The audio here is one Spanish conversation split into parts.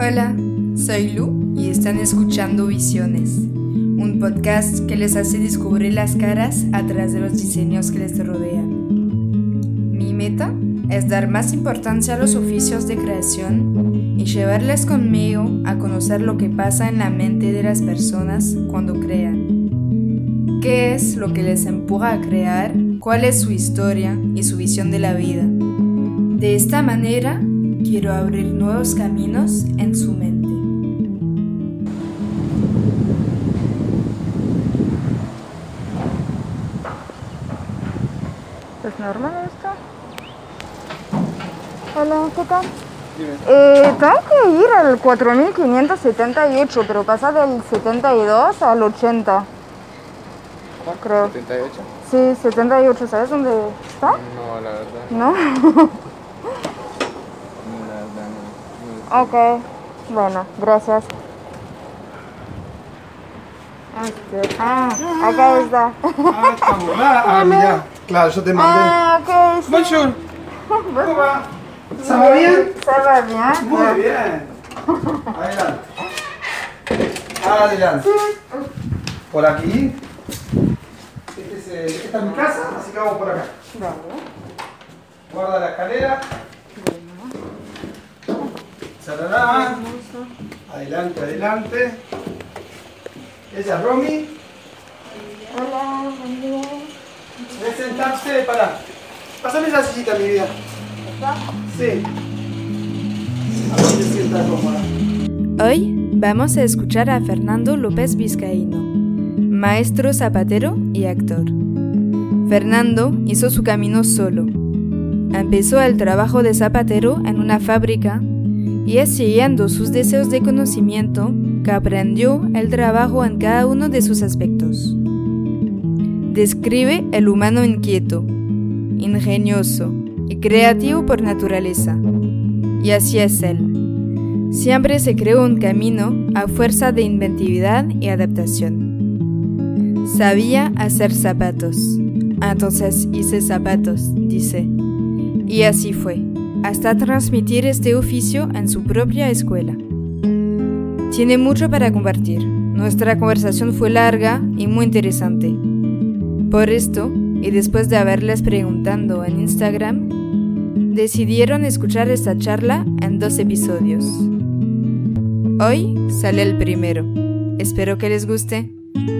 Hola, soy Lu y están escuchando Visiones, un podcast que les hace descubrir las caras atrás de los diseños que les rodean. Mi meta es dar más importancia a los oficios de creación y llevarles conmigo a conocer lo que pasa en la mente de las personas cuando crean. ¿Qué es lo que les empuja a crear? ¿Cuál es su historia y su visión de la vida? De esta manera, quiero abrir nuevos caminos en su mente. ¿Es normal esto? Hola, ¿qué tal? Dime. Tengo que ir al 4578, pero pasa del 72 al 80. Creo. ¿78? Sí, 78, ¿sabes dónde está? No, la verdad. ¿No? No, la verdad no. Ok, bueno, gracias. Acá está. Estamos. Mira. Claro, yo te mandé. Ok, sí. Bonjour. ¿Cómo va? ¿Ça va bien? Ça va bien. Muy bien. Adelante. Adelante. Por aquí. Esta es mi casa, así que vamos por acá. Vale. Guarda la escalera. Sarará. Adelante, adelante. Ella es Romy. Hola, buen día. Voy a sentarse, pará. Pásame esa sillita, mi vida. Sí. A ver si te sientas cómoda. Hoy vamos a escuchar a Fernando López Vizcaíno, maestro zapatero y actor. Fernando hizo su camino solo. Empezó el trabajo de zapatero en una fábrica y es siguiendo sus deseos de conocimiento que aprendió el trabajo en cada uno de sus aspectos. Describe el humano inquieto, ingenioso y creativo por naturaleza. Y así es él. Siempre se creó un camino a fuerza de inventividad y adaptación. Sabía hacer zapatos. Entonces hice zapatos, dice. Y así fue, hasta transmitir este oficio en su propia escuela. Tiene mucho para compartir. Nuestra conversación fue larga y muy interesante. Por esto, y después de haberles preguntado en Instagram, decidieron escuchar esta charla en 2 episodios. Hoy sale el primero. Espero que les guste.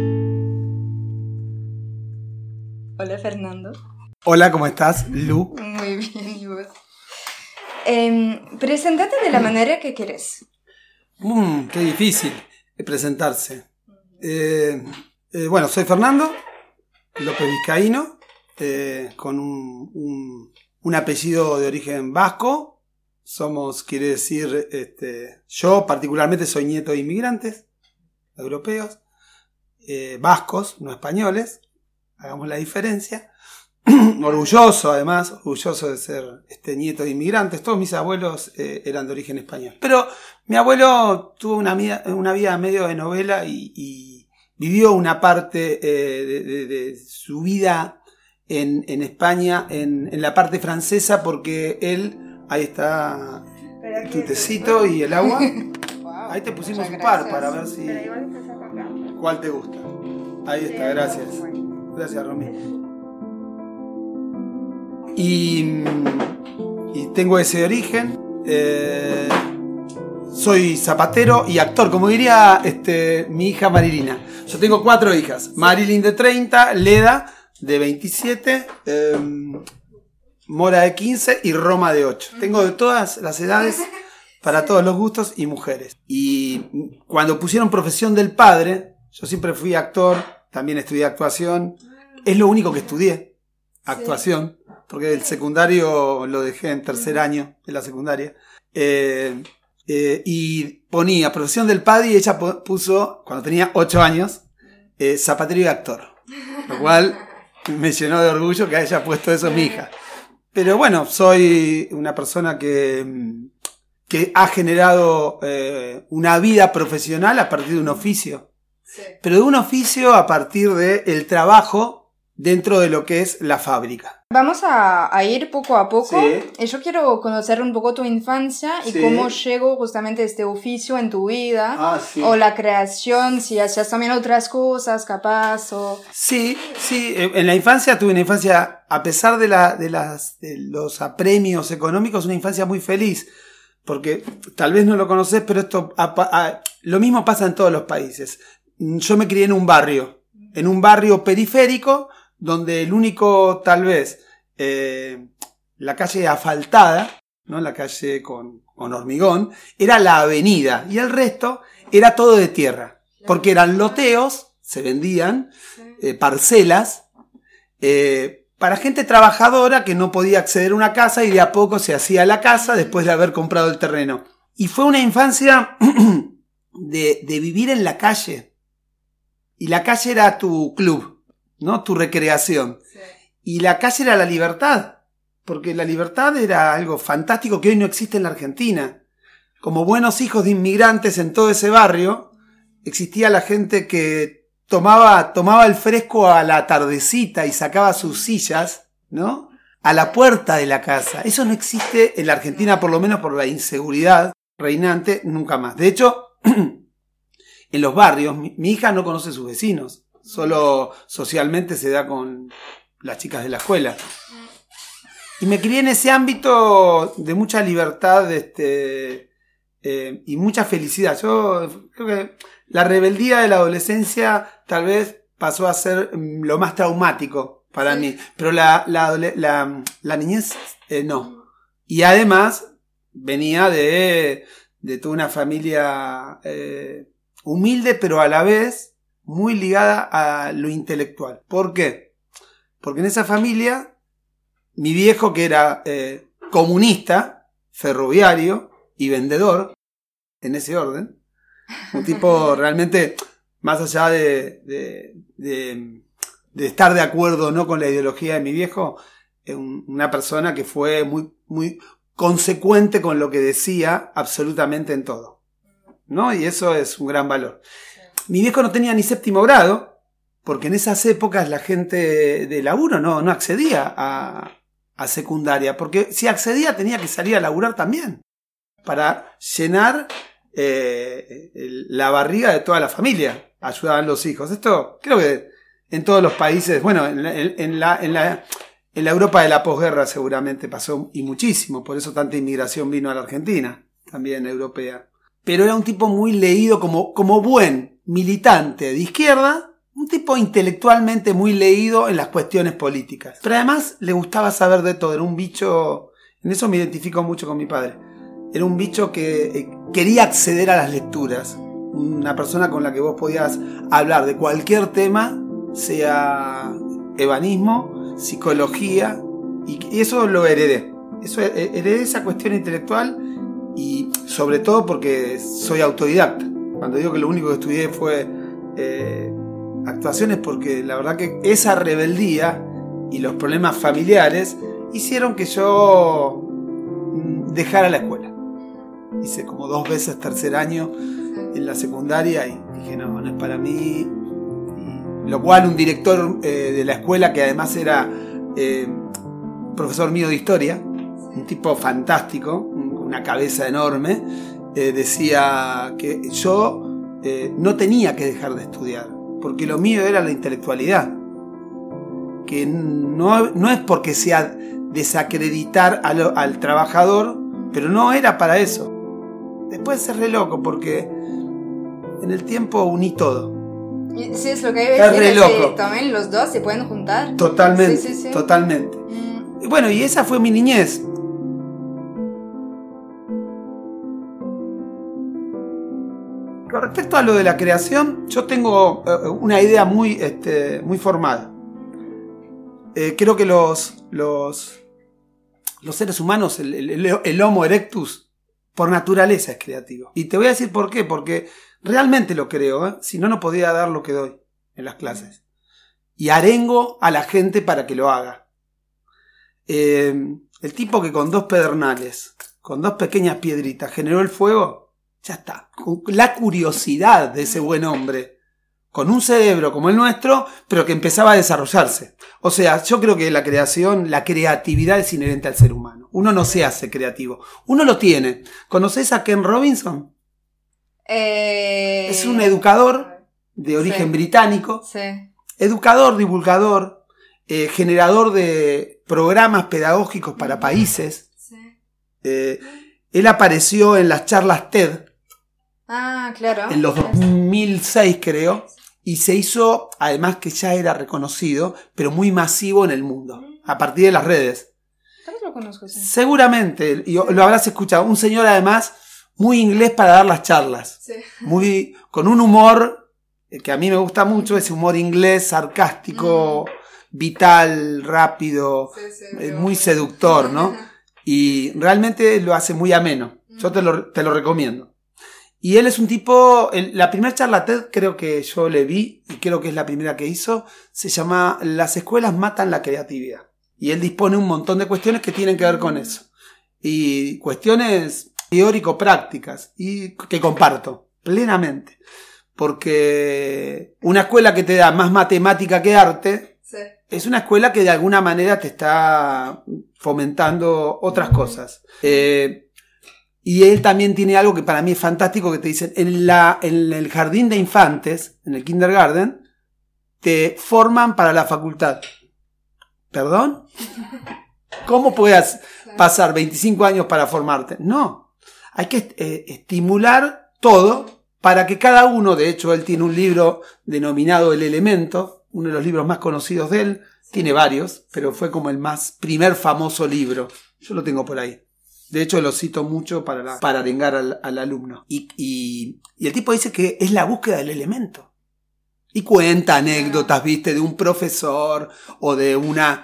Hola, Fernando. Hola, ¿cómo estás, Lu? Muy bien, ¿y vos? Preséntate de la manera que quieres. Qué difícil presentarse. Bueno, soy Fernando López Vizcaíno, con un apellido de origen vasco. Quiere decir, yo particularmente soy nieto de inmigrantes europeos, vascos, no españoles. Hagamos la diferencia. Orgulloso de ser nieto de inmigrantes. Todos mis abuelos eran de origen español. Pero mi abuelo tuvo una vida medio de novela y vivió una parte de su vida en España, en la parte francesa, porque él, ahí está tu tecito y el agua. Ahí te pusimos un par para ver si cuál te gusta. Ahí está, gracias. Gracias, Romy. Y tengo ese origen. Soy zapatero y actor, como diría mi hija Marilina. Yo tengo 4 hijas. Marilyn de 30, Leda de 27, Mora de 15 y Roma de 8. Tengo de todas las edades, para todos los gustos y mujeres. Y cuando pusieron profesión del padre, yo siempre fui actor, también estudié actuación. Es lo único que estudié, actuación, porque el secundario lo dejé en tercer año de la secundaria. Y ponía profesión del padre y ella puso, cuando tenía 8 años, zapatero y actor. Lo cual me llenó de orgullo que haya puesto eso mi hija. Pero bueno, soy una persona que ha generado una vida profesional a partir de un oficio. Sí. Pero de un oficio a partir del trabajo dentro de lo que es la fábrica. Vamos a ir poco a poco. Sí. Yo quiero conocer un poco tu infancia y Sí. cómo llegó justamente este oficio en tu vida. Sí. O la creación, si hacías también otras cosas, capaz, o... Sí. En la infancia tuve una infancia, a pesar de los apremios económicos, una infancia muy feliz. Porque tal vez no lo conoces, pero lo mismo pasa en todos los países. Yo me crié en un barrio periférico, donde el único, tal vez, la calle asfaltada, ¿no? La calle con hormigón, era la avenida, y el resto era todo de tierra, porque eran loteos, se vendían parcelas, para gente trabajadora que no podía acceder a una casa, y de a poco se hacía la casa después de haber comprado el terreno. Y fue una infancia de vivir en la calle, y la calle era tu club, ¿no? Tu recreación. Sí. Y la calle era la libertad, porque la libertad era algo fantástico que hoy no existe en la Argentina. Como buenos hijos de inmigrantes en todo ese barrio, existía la gente que tomaba el fresco a la tardecita y sacaba sus sillas, ¿no? A la puerta de la casa. Eso no existe en la Argentina, por lo menos por la inseguridad reinante, nunca más. De hecho, en los barrios, mi hija no conoce a sus vecinos. Solo socialmente se da con las chicas de la escuela. Y me crié en ese ámbito de mucha libertad y mucha felicidad. Yo creo que la rebeldía de la adolescencia tal vez pasó a ser lo más traumático para mí. Pero la niñez no. Y además venía de toda una familia humilde, pero a la vez muy ligada a lo intelectual. ¿Por qué? Porque en esa familia, mi viejo, que era comunista, ferroviario y vendedor, en ese orden, un tipo realmente, más allá de estar de acuerdo no con la ideología de mi viejo, una persona que fue muy, muy consecuente con lo que decía absolutamente en todo, ¿no? Y eso es un gran valor. Mi viejo no tenía ni 7º grado, porque en esas épocas la gente de laburo no accedía a secundaria, porque si accedía tenía que salir a laburar también, para llenar la barriga de toda la familia, ayudaban los hijos. Esto creo que en todos los países, bueno, en la Europa de la posguerra seguramente pasó, y muchísimo, por eso tanta inmigración vino a la Argentina, también europea. Pero era un tipo muy leído, como buen militante de izquierda, un tipo intelectualmente muy leído en las cuestiones políticas. Pero además le gustaba saber de todo, era un bicho, en eso me identifico mucho con mi padre, era un bicho que quería acceder a las lecturas, una persona con la que vos podías hablar de cualquier tema, sea ebanismo, psicología, y eso lo heredé. Heredé esa cuestión intelectual, y sobre todo porque soy autodidacta. Cuando digo que lo único que estudié fue actuaciones, porque la verdad que esa rebeldía y los problemas familiares hicieron que yo dejara la escuela. Hice como 2 veces tercer año en la secundaria y dije no es para mí. Y lo cual un director de la escuela, que además era profesor mío de historia, un tipo fantástico, una cabeza enorme, decía que yo no tenía que dejar de estudiar, porque lo mío era la intelectualidad, que no es porque sea desacreditar al trabajador, pero no era para eso. Después es re loco, porque en el tiempo uní todo. Sí, es lo que iba a decir, es loco. También los dos se pueden juntar. Totalmente, sí. Totalmente. Y bueno, y esa fue mi niñez. Con respecto a lo de la creación, yo tengo una idea muy formada. Creo que los seres humanos, el Homo erectus, por naturaleza es creativo. Y te voy a decir por qué. Porque realmente lo creo, si no podría dar lo que doy en las clases. Y arengo a la gente para que lo haga. El tipo que con 2 pedernales, con 2 pequeñas piedritas, generó el fuego, ya está. Con la curiosidad de ese buen hombre, con un cerebro como el nuestro, pero que empezaba a desarrollarse. O sea, yo creo que la creatividad es inherente al ser humano. Uno no se hace creativo, uno lo tiene. ¿Conoces a Ken Robinson? Es un educador de origen británico. Sí. Educador, divulgador, generador de programas pedagógicos para países. Sí. Él apareció en las charlas TED. Ah, claro. En los 2006, creo. Y se hizo, además que ya era reconocido, pero muy masivo en el mundo, a partir de las redes. Tal vez lo conozco, sí. Seguramente, y lo habrás escuchado. Un señor, además, muy inglés para dar las charlas. Sí. Con un humor que a mí me gusta mucho, ese humor inglés, sarcástico, vital, rápido, muy seductor, ¿no? Y realmente lo hace muy ameno. Yo te lo recomiendo. Y él es un tipo, la primera charla TED creo que yo le vi, y creo que es la primera que hizo, se llama Las escuelas matan la creatividad. Y él dispone un montón de cuestiones que tienen que ver con eso. Y cuestiones teórico-prácticas, y que comparto plenamente. Porque una escuela que te da más matemática que arte, sí, es una escuela que de alguna manera te está fomentando otras cosas. Y él también tiene algo que para mí es fantástico, que te dicen, en el jardín de infantes, en el kindergarten, te forman para la facultad. ¿Perdón? ¿Cómo puedes pasar 25 años para formarte? No, hay que estimular todo para que cada uno, de hecho él tiene un libro denominado El Elemento, uno de los libros más conocidos de él, tiene varios, pero fue como el primer famoso libro. Yo lo tengo por ahí. De hecho, lo cito mucho para arengar al alumno. Y el tipo dice que es la búsqueda del elemento. Y cuenta anécdotas, ¿viste? De un profesor o de una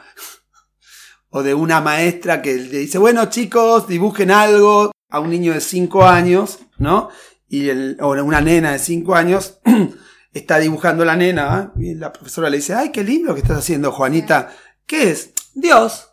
maestra que le dice, bueno, chicos, dibujen algo a un niño de 5 años, ¿no? O una nena de 5 años está dibujando la nena, ¿eh? Y la profesora le dice, ay, qué lindo que estás haciendo, Juanita. ¿Qué es? Dios.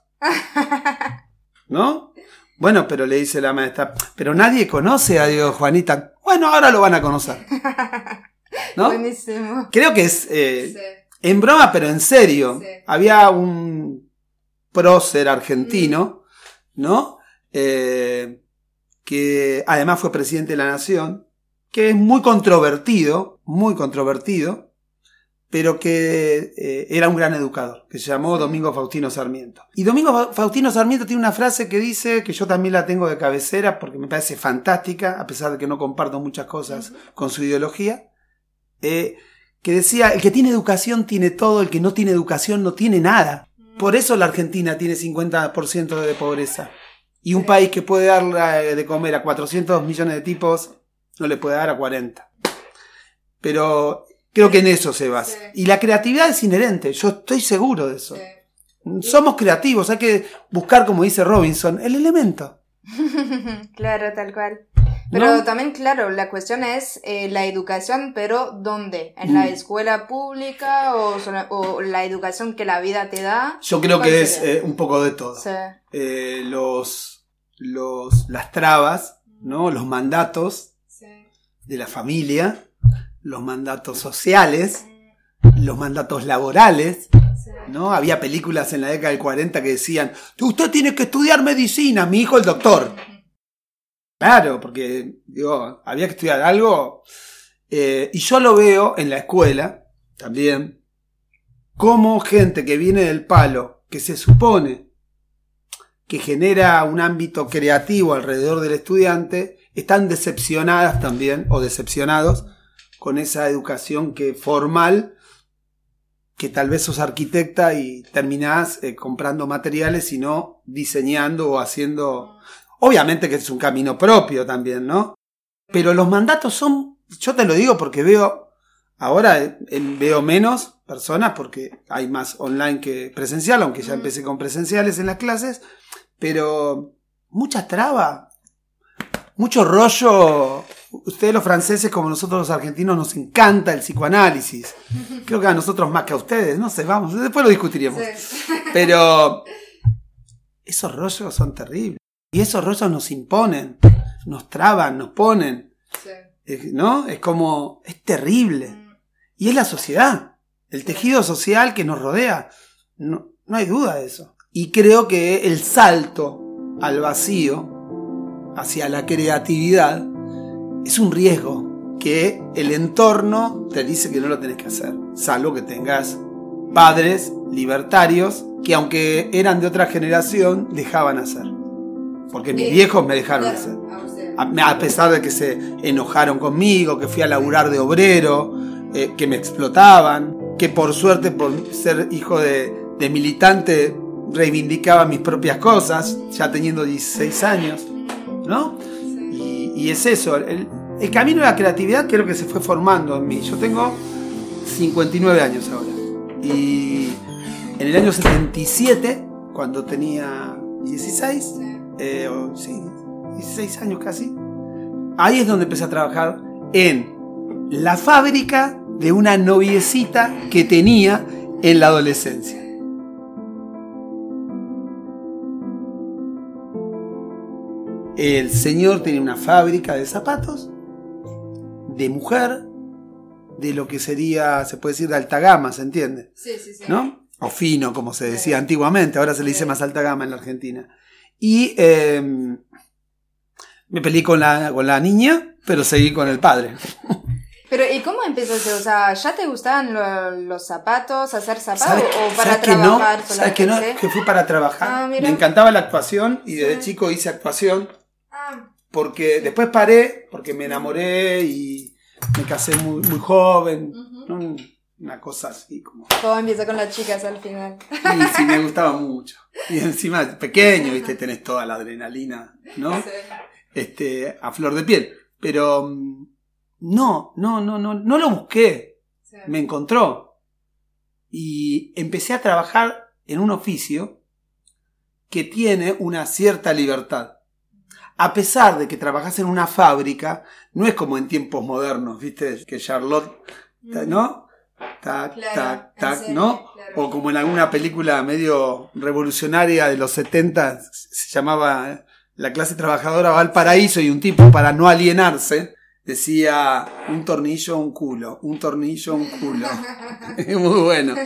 ¿No? Bueno, pero le dice la maestra, pero nadie conoce a Dios, Juanita. Bueno, ahora lo van a conocer. ¿No? Buenísimo. Creo que es Sí. en broma, pero en serio. Sí. Había un prócer argentino, ¿no? Que además fue presidente de la Nación, que es muy controvertido, pero que era un gran educador, que se llamó Domingo Faustino Sarmiento. Y Domingo Faustino Sarmiento tiene una frase que dice, que yo también la tengo de cabecera porque me parece fantástica, a pesar de que no comparto muchas cosas con su ideología, que decía, el que tiene educación tiene todo, el que no tiene educación no tiene nada. Por eso la Argentina tiene 50% de pobreza. Y un país que puede dar de comer a 400 millones de tipos, no le puede dar a 40. Pero creo que en eso se basa. Sí. Y la creatividad es inherente, yo estoy seguro de eso. Sí. Somos creativos, hay que buscar, como dice Robinson, el elemento. Claro, tal cual. Pero ¿no? También, claro, la cuestión es la educación, pero ¿dónde? ¿En la escuela pública o la educación que la vida te da? Yo creo que es un poco de todo. Sí. Las trabas, ¿no? Los mandatos, sí, de la familia, los mandatos sociales, los mandatos laborales, sí, ¿no? Había películas en la década del 40 que decían, usted tiene que estudiar medicina, mi hijo el doctor. Claro, porque había que estudiar algo. Y yo lo veo en la escuela también, como gente que viene del palo, que se supone que genera un ámbito creativo alrededor del estudiante, están decepcionadas también, o decepcionados, con esa educación formal, que tal vez sos arquitecta y terminás comprando materiales y no diseñando o haciendo. Obviamente que es un camino propio también, ¿no? Pero los mandatos son, yo te lo digo porque ahora veo menos personas porque hay más online que presencial, aunque ya empecé con presenciales en las clases, pero mucha traba, mucho rollo. Ustedes los franceses, como nosotros los argentinos, nos encanta el psicoanálisis. Creo que a nosotros más que a ustedes, no sé, vamos, después lo discutiremos. Sí. Pero esos rollos son terribles. Y esos rollos nos imponen, nos traban, nos ponen. Sí. ¿No? Es como, es terrible. Y es la sociedad, el tejido social que nos rodea. No hay duda de eso. Y creo que el salto al vacío, hacia la creatividad, es un riesgo que el entorno te dice que no lo tenés que hacer, salvo que tengas padres libertarios que, aunque eran de otra generación, dejaban hacer. Porque mis viejos me dejaron hacer. A pesar de que se enojaron conmigo, que fui a laburar de obrero, que me explotaban, que por suerte, por ser hijo de militante, reivindicaba mis propias cosas, ya teniendo 16 años, ¿no? Y es eso, el camino de la creatividad creo que se fue formando en mí. Yo tengo 59 años ahora. Y en el año 77, cuando tenía 16, 16 años casi, ahí es donde empecé a trabajar en la fábrica de una noviecita que tenía en la adolescencia. El señor tenía una fábrica de zapatos, de mujer, de lo que sería, se puede decir, de alta gama, ¿se entiende? Sí. ¿No? O fino, como se decía antiguamente, ahora se le dice más alta gama en la Argentina. Y me peleé con la niña, pero seguí con el padre. Pero, ¿y cómo empezaste? O sea, ¿ya te gustaban los zapatos, hacer zapatos o para trabajar solamente? ¿Sabes que no? Que fui para trabajar. Me encantaba la actuación y desde chico hice actuación. Porque después paré, porque me enamoré y me casé muy, muy joven. ¿No? Una cosa así como... Todo empieza con las chicas al final. Y sí, me gustaba mucho. Y encima, pequeño, ¿viste? Tenés toda la adrenalina, ¿no? Sí. A flor de piel. Pero no lo busqué. Sí. Me encontró. Y empecé a trabajar en un oficio que tiene una cierta libertad. A pesar de que trabajas en una fábrica, no es como en tiempos modernos, ¿viste? Que Charlotte, ¿no? Tac, claro, tac, tac, serio, ¿no? Claro. O como en alguna película medio revolucionaria de los 70, se llamaba La clase trabajadora va al paraíso, y un tipo, para no alienarse, decía: un tornillo, un culo, un tornillo, un culo. Muy bueno.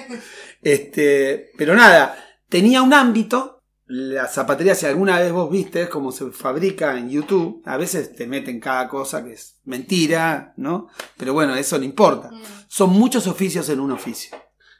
Pero nada, tenía un ámbito. La zapatería, si alguna vez vos viste cómo se fabrica en YouTube, a veces te meten cada cosa que es mentira, ¿no? Pero bueno, eso no importa. Son muchos oficios en un oficio.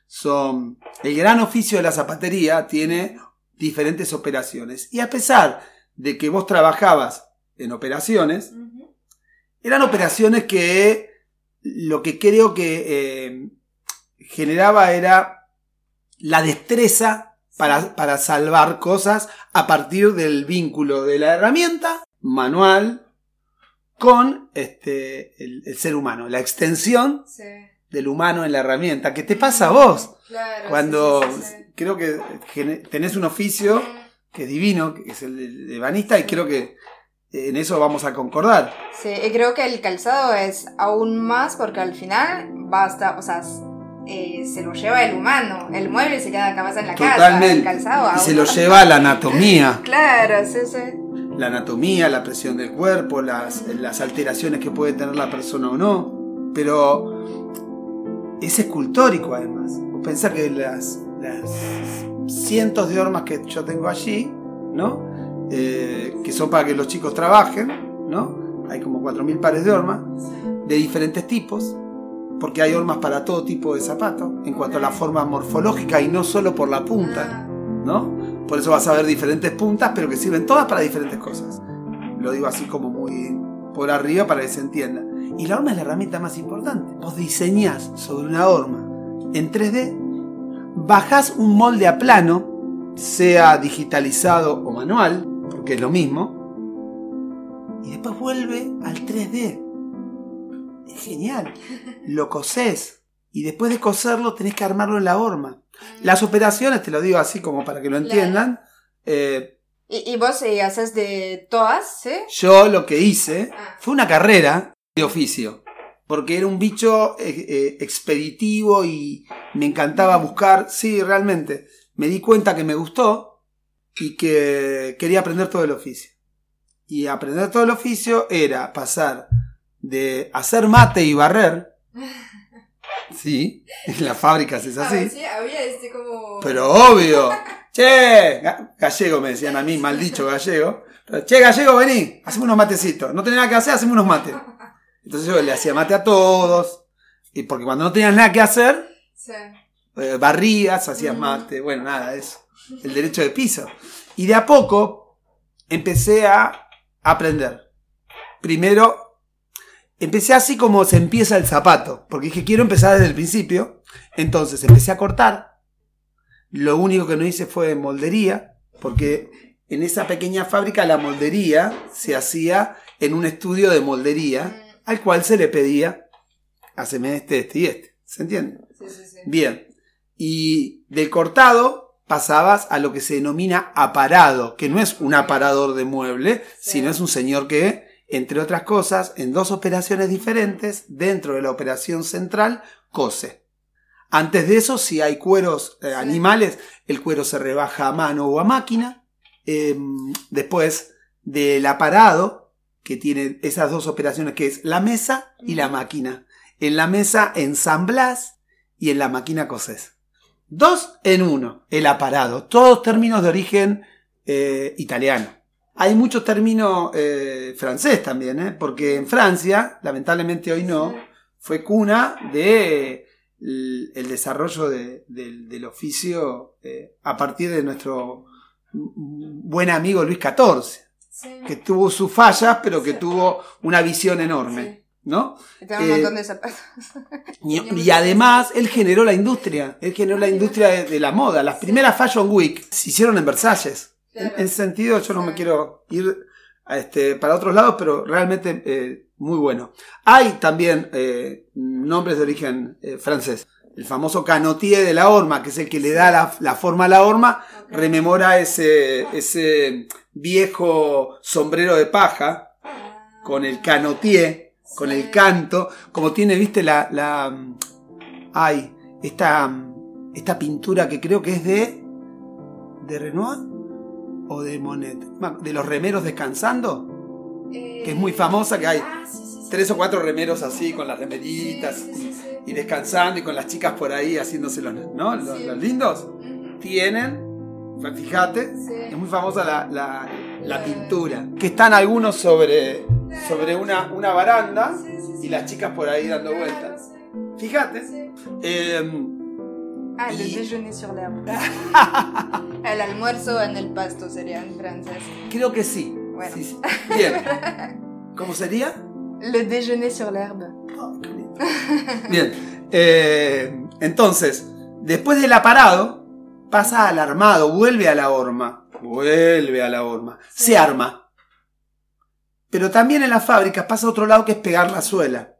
El gran oficio de la zapatería tiene diferentes operaciones. Y a pesar de que vos trabajabas en operaciones, eran operaciones que lo que creo que generaba era la destreza para salvar cosas a partir del vínculo de la herramienta manual con el ser humano, la extensión del humano en la herramienta. ¿Qué te pasa a vos? Claro, cuando creo que tenés un oficio que es divino, que es el de ebanista, y creo que en eso vamos a concordar. Sí, y creo que el calzado es aún más, porque al final basta, o sea, se lo lleva el humano, el mueble se queda capaz en la casa, el calzado. Y se lo lleva la anatomía. Claro, sí. La anatomía, la presión del cuerpo, las alteraciones que puede tener la persona o no. Pero es escultórico además. Vos pensás que las cientos de hormas que yo tengo allí, ¿no? Que son para que los chicos trabajen, ¿no? Hay como 4.000 pares de hormas de diferentes tipos. Porque hay hormas para todo tipo de zapatos, en cuanto a la forma morfológica y no solo por la punta, ¿no? Por eso vas a ver diferentes puntas, pero que sirven todas para diferentes cosas. Lo digo así como muy por arriba para que se entienda. Y la horma es la herramienta más importante. Vos diseñás sobre una horma en 3D, bajás un molde a plano, sea digitalizado o manual, porque es lo mismo, y después vuelve al 3D. Es genial. Lo cosés y después de coserlo tenés que armarlo en la horma. Las operaciones, te lo digo así como para que lo entiendan. ¿Y vos haces de todas? ¿Sí? Yo lo que hice fue una carrera de oficio, porque era un bicho expeditivo y me encantaba buscar. Sí, realmente me di cuenta que me gustó y que quería aprender todo el oficio. Y aprender todo el oficio era pasar de hacer mate y barrer Sí, en las fábricas es así. Sí, había como... Pero obvio. Che, gallego me decían a mí, mal dicho gallego. Che, gallego, vení, hacemos unos matecitos. No tenés nada que hacer, hacemos unos mates. Entonces yo le hacía mate a todos. Y porque cuando no tenías nada que hacer, sí. Barrías, hacías mate. Bueno, nada, eso. El derecho de piso. Y de a poco empecé a aprender. Primero, empecé así como se empieza el zapato. Porque dije, quiero empezar desde el principio. Entonces empecé a cortar. Lo único que no hice fue moldería. Porque en esa pequeña fábrica la moldería se hacía en un estudio de moldería. Al cual se le pedía, haceme este y este. ¿Se entiende? Sí. Bien. Y del cortado pasabas a lo que se denomina aparado, que no es un aparador de mueble, sino es un señor que, entre otras cosas, en 2 operaciones diferentes, dentro de la operación central, cose. Antes de eso, si hay cueros animales, el cuero se rebaja a mano o a máquina. Después del aparado, que tiene esas 2 operaciones, que es la mesa y la máquina. En la mesa ensamblás y en la máquina cosés. 2 en 1, el aparado. Todos términos de origen italiano. Hay muchos términos francés también, porque en Francia, lamentablemente hoy no, fue cuna de el desarrollo del oficio a partir de nuestro buen amigo Luis XIV, que tuvo sus fallas, pero que tuvo una visión enorme. ¿No? Tiene un montón de zapatos. Y además, él generó la industria. Él generó la industria de la moda. Las primeras Fashion Week se hicieron en Versalles. En ese sentido, yo no me quiero ir para otros lados, pero realmente muy bueno. Hay también nombres de origen francés. El famoso canotier de la horma, que es el que le da la forma a la horma, rememora ese viejo sombrero de paja con el canotier. Con el canto, como tiene, viste, esta pintura que creo que es de Renoir o de Monet, de los remeros descansando, que es muy famosa, que hay 3 o 4 remeros así, con las remeritas y descansando, y con las chicas por ahí haciéndose los lindos. Tienen, fíjate, es muy famosa la pintura, que están algunos sobre una baranda y las chicas por ahí dando vueltas. Fíjate. El déjeuner sur l'herbe. El almuerzo en el pasto sería en francés. Creo que sí. Bueno. Sí. Bien. ¿Cómo sería? Le déjeuner sur l'herbe. Oh, qué lindo. Bien. Entonces, después del aparado, pasa al armado, vuelve a la horma. Se arma. Pero también en las fábricas pasa a otro lado, que es pegar la suela.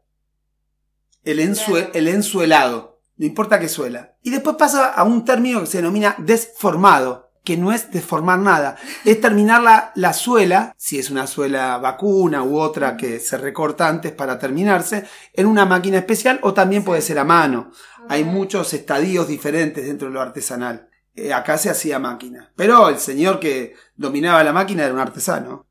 El ensuelado. No importa qué suela. Y después pasa a un término que se denomina desformado, que no es desformar nada. Es terminar la suela, si es una suela vacuna u otra que se recorta antes para terminarse, en una máquina especial, o también puede ser a mano. Hay muchos estadios diferentes dentro de lo artesanal. Acá se hacía máquina. Pero el señor que dominaba la máquina era un artesano.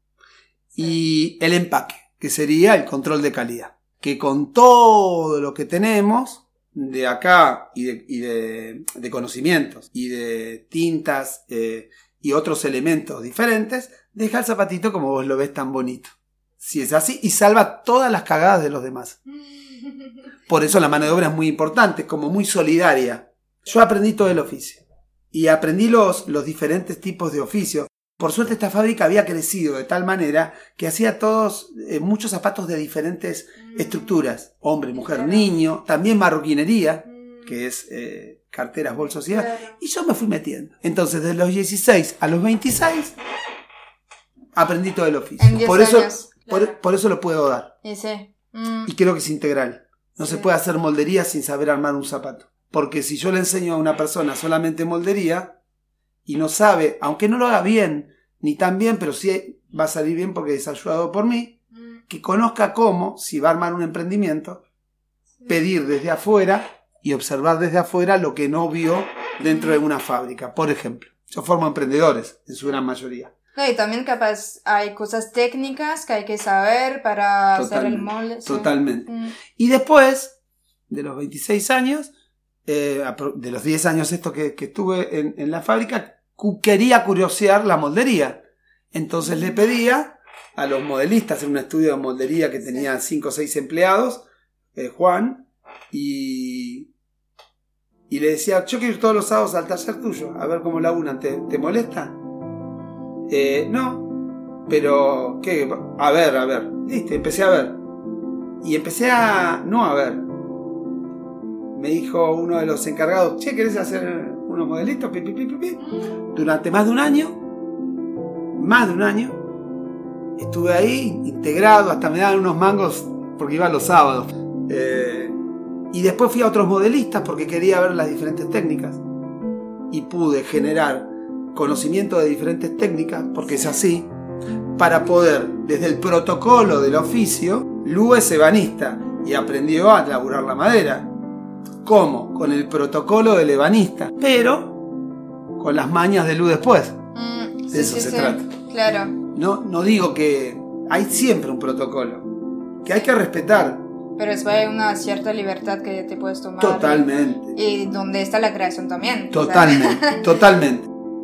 Y el empaque, que sería el control de calidad. Que con todo lo que tenemos de acá y de conocimientos y de tintas y otros elementos diferentes, deja el zapatito como vos lo ves tan bonito. Si es así, y salva todas las cagadas de los demás. Por eso la mano de obra es muy importante, como muy solidaria. Yo aprendí todo el oficio. Y aprendí los diferentes tipos de oficios. Por suerte esta fábrica había crecido de tal manera que hacía muchos zapatos de diferentes estructuras. Hombre, mujer, niño, también marroquinería, que es carteras, bolsos y demás. Y yo me fui metiendo. Entonces, de los 16 a los 26, aprendí todo el oficio. Por eso lo puedo dar. Y creo que es integral. No se puede hacer moldería sin saber armar un zapato. Porque si yo le enseño a una persona solamente moldería, y no sabe, aunque no lo haga bien, ni tan bien, pero sí va a salir bien porque es ayudado por mí, que conozca cómo, si va a armar un emprendimiento, pedir desde afuera y observar desde afuera lo que no vio dentro de una fábrica. Por ejemplo, yo formo emprendedores, en su gran mayoría. No, y también capaz hay cosas técnicas que hay que saber para hacer el molde. Totalmente. Y después, de los 26 años, de los 10 años que estuve en la fábrica, quería curiosear la moldería. Entonces le pedía a los modelistas en un estudio de moldería que tenía 5 o 6 empleados, Juan, y le decía, yo quiero ir todos los sábados al taller tuyo, a ver cómo laburan, ¿te molesta? No, pero, ¿qué? A ver, listo, empecé a ver. Y empecé no a ver. Me dijo uno de los encargados, che, ¿querés hacer unos modelitos? Pi, pi, pi, pi, pi. Durante más de un año, estuve ahí integrado, hasta me daban unos mangos porque iba los sábados. Y después fui a otros modelistas porque quería ver las diferentes técnicas. Y pude generar conocimiento de diferentes técnicas, porque es así, para poder, desde el protocolo del oficio, Lu es ebanista y aprendió a laburar la madera. ¿Cómo? Con el protocolo del ebanista, pero con las mañas de Lu después. De eso se trata. Claro. No digo que hay siempre un protocolo que hay que respetar. Pero después hay una cierta libertad que te puedes tomar. Totalmente. Y donde está la creación también. Totalmente, totalmente.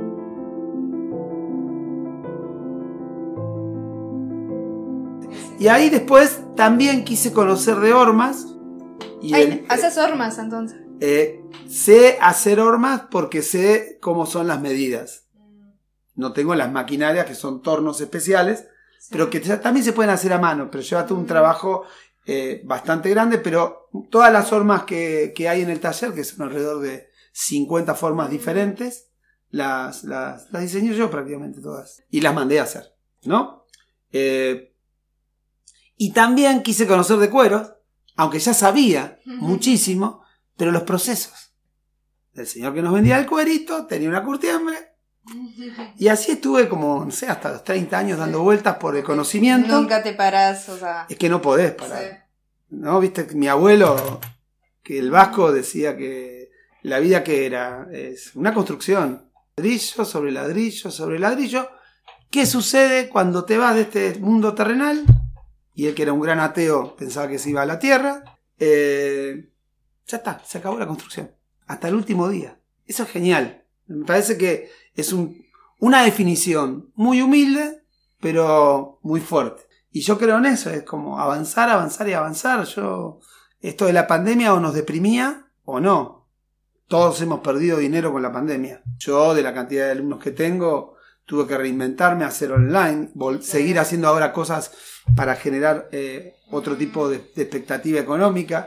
Y ahí después también quise conocer de hormas. ¿Haces hormas entonces? Sé hacer hormas porque sé cómo son las medidas. No tengo las maquinarias que son tornos especiales, sí, pero que también se pueden hacer a mano, pero lleva todo un trabajo bastante grande. Pero todas las hormas que hay en el taller, que son alrededor de 50 formas diferentes, las diseñé yo prácticamente todas y las mandé a hacer, ¿no? Y también quise conocer de cueros, aunque ya sabía muchísimo, pero los procesos. El señor que nos vendía el cuerito tenía una curtiembre. Y así estuve como, no sé, hasta los 30 años dando vueltas por el conocimiento. Nunca te parás, o sea... Es que no podés parar. Sí. ¿No? Viste, mi abuelo, que el vasco, decía que la vida que era, es una construcción. Ladrillo sobre ladrillo sobre ladrillo. ¿Qué sucede cuando te vas de este mundo terrenal? Y él, que era un gran ateo, pensaba que se iba a la tierra. Ya está, se acabó la construcción. Hasta el último día. Eso es genial. Me parece que es una definición muy humilde, pero muy fuerte. Y yo creo en eso, es como avanzar, avanzar y avanzar. Esto de la pandemia o nos deprimía o no. Todos hemos perdido dinero con la pandemia. Yo, de la cantidad de alumnos que tengo, tuve que reinventarme, hacer online, seguir haciendo ahora cosas para generar otro tipo de expectativa económica.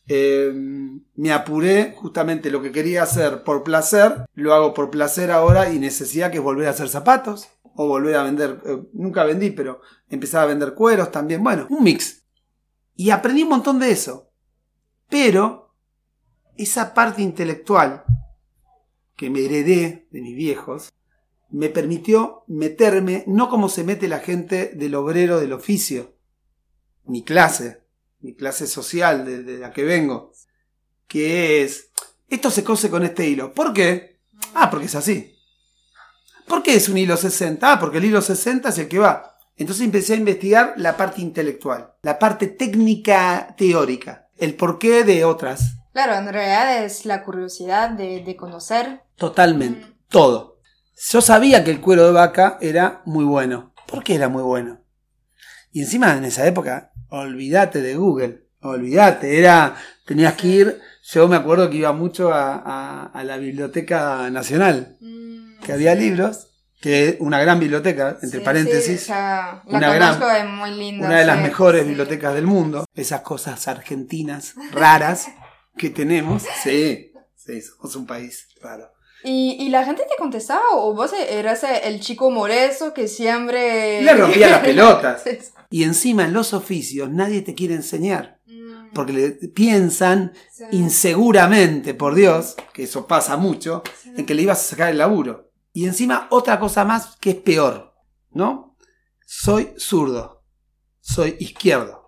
Me apuré, justamente lo que quería hacer por placer, lo hago por placer ahora, y necesidad, que es volver a hacer zapatos o volver a vender, nunca vendí, pero empezaba a vender cueros también, bueno, un mix. Y aprendí un montón de eso, pero esa parte intelectual que me heredé de mis viejos me permitió meterme, no como se mete la gente del obrero del oficio, mi clase social de la que vengo, que es, esto se cose con este hilo. ¿Por qué? Porque es así. ¿Por qué es un hilo 60? Porque el hilo 60 es el que va. Entonces empecé a investigar la parte intelectual, la parte técnica teórica, el porqué de otras. Claro, en realidad es la curiosidad de conocer. Totalmente, todo. Yo sabía que el cuero de vaca era muy bueno. ¿Por qué era muy bueno? Y encima en esa época, olvídate de Google, tenías que ir, yo me acuerdo que iba mucho a la Biblioteca Nacional, que había libros, que una gran biblioteca, entre paréntesis, sí, la conozco, es muy linda, una de las mejores bibliotecas del mundo, esas cosas argentinas raras que tenemos, sí, somos un país raro. ¿Y la gente te contestaba o vos eras el chico morezo que siempre... Le rompía las pelotas. Y encima en los oficios nadie te quiere enseñar. Porque piensan inseguramente, por Dios, que eso pasa mucho, en que le ibas a sacar el laburo. Y encima otra cosa más que es peor, ¿no? Soy zurdo, soy izquierdo.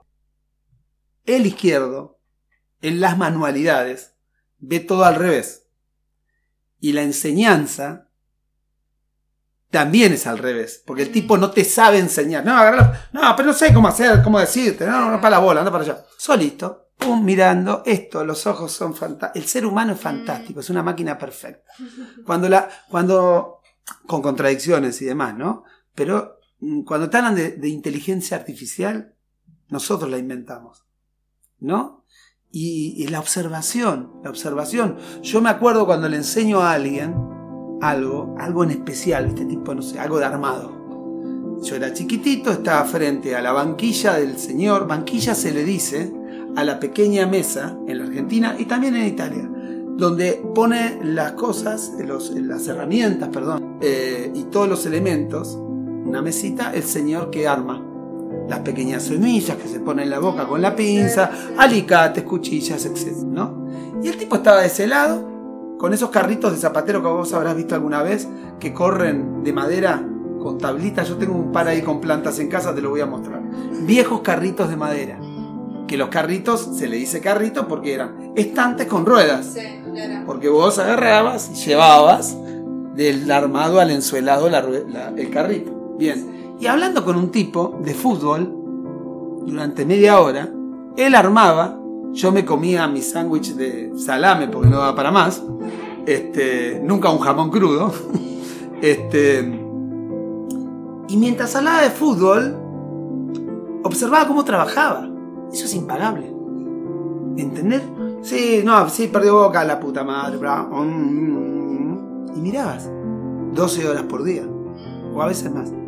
El izquierdo, en las manualidades, ve todo al revés. Y la enseñanza también es al revés, porque el tipo no te sabe enseñar. No, pero no sé cómo hacer, cómo decirte. No, para la bola, anda para allá. Solito, pum, mirando, los ojos son fantásticos. El ser humano es fantástico, es una máquina perfecta. Cuando con contradicciones y demás, ¿no? Pero cuando te hablan de inteligencia artificial, nosotros la inventamos, ¿no? Y la observación. Yo me acuerdo cuando le enseño a alguien algo en especial, este tipo, no sé, algo de armado. Yo era chiquitito, estaba frente a la banquilla del señor. Banquilla se le dice a la pequeña mesa en la Argentina y también en Italia, donde pone las cosas, las herramientas, y todos los elementos, una mesita, el señor que arma las pequeñas semillas que se ponen en la boca con la pinza, alicates, cuchillas, etc., ¿no? Y el tipo estaba de ese lado, con esos carritos de zapatero que vos habrás visto alguna vez, que corren de madera con tablitas. Yo tengo un par ahí con plantas en casa, te lo voy a mostrar. Viejos carritos de madera. Que los carritos, se le dice carritos porque eran estantes con ruedas. Sí, claro. Porque vos agarrabas y llevabas del armado al ensuelado el carrito. Bien. Y hablando con un tipo de fútbol durante media hora, él armaba, yo me comía mi sándwich de salame porque no daba para más, nunca un jamón crudo, y mientras hablaba de fútbol, observaba cómo trabajaba. Eso es impagable. ¿Entender? Sí, perdió Boca, la puta madre. Y mirabas 12 horas por día, o a veces más,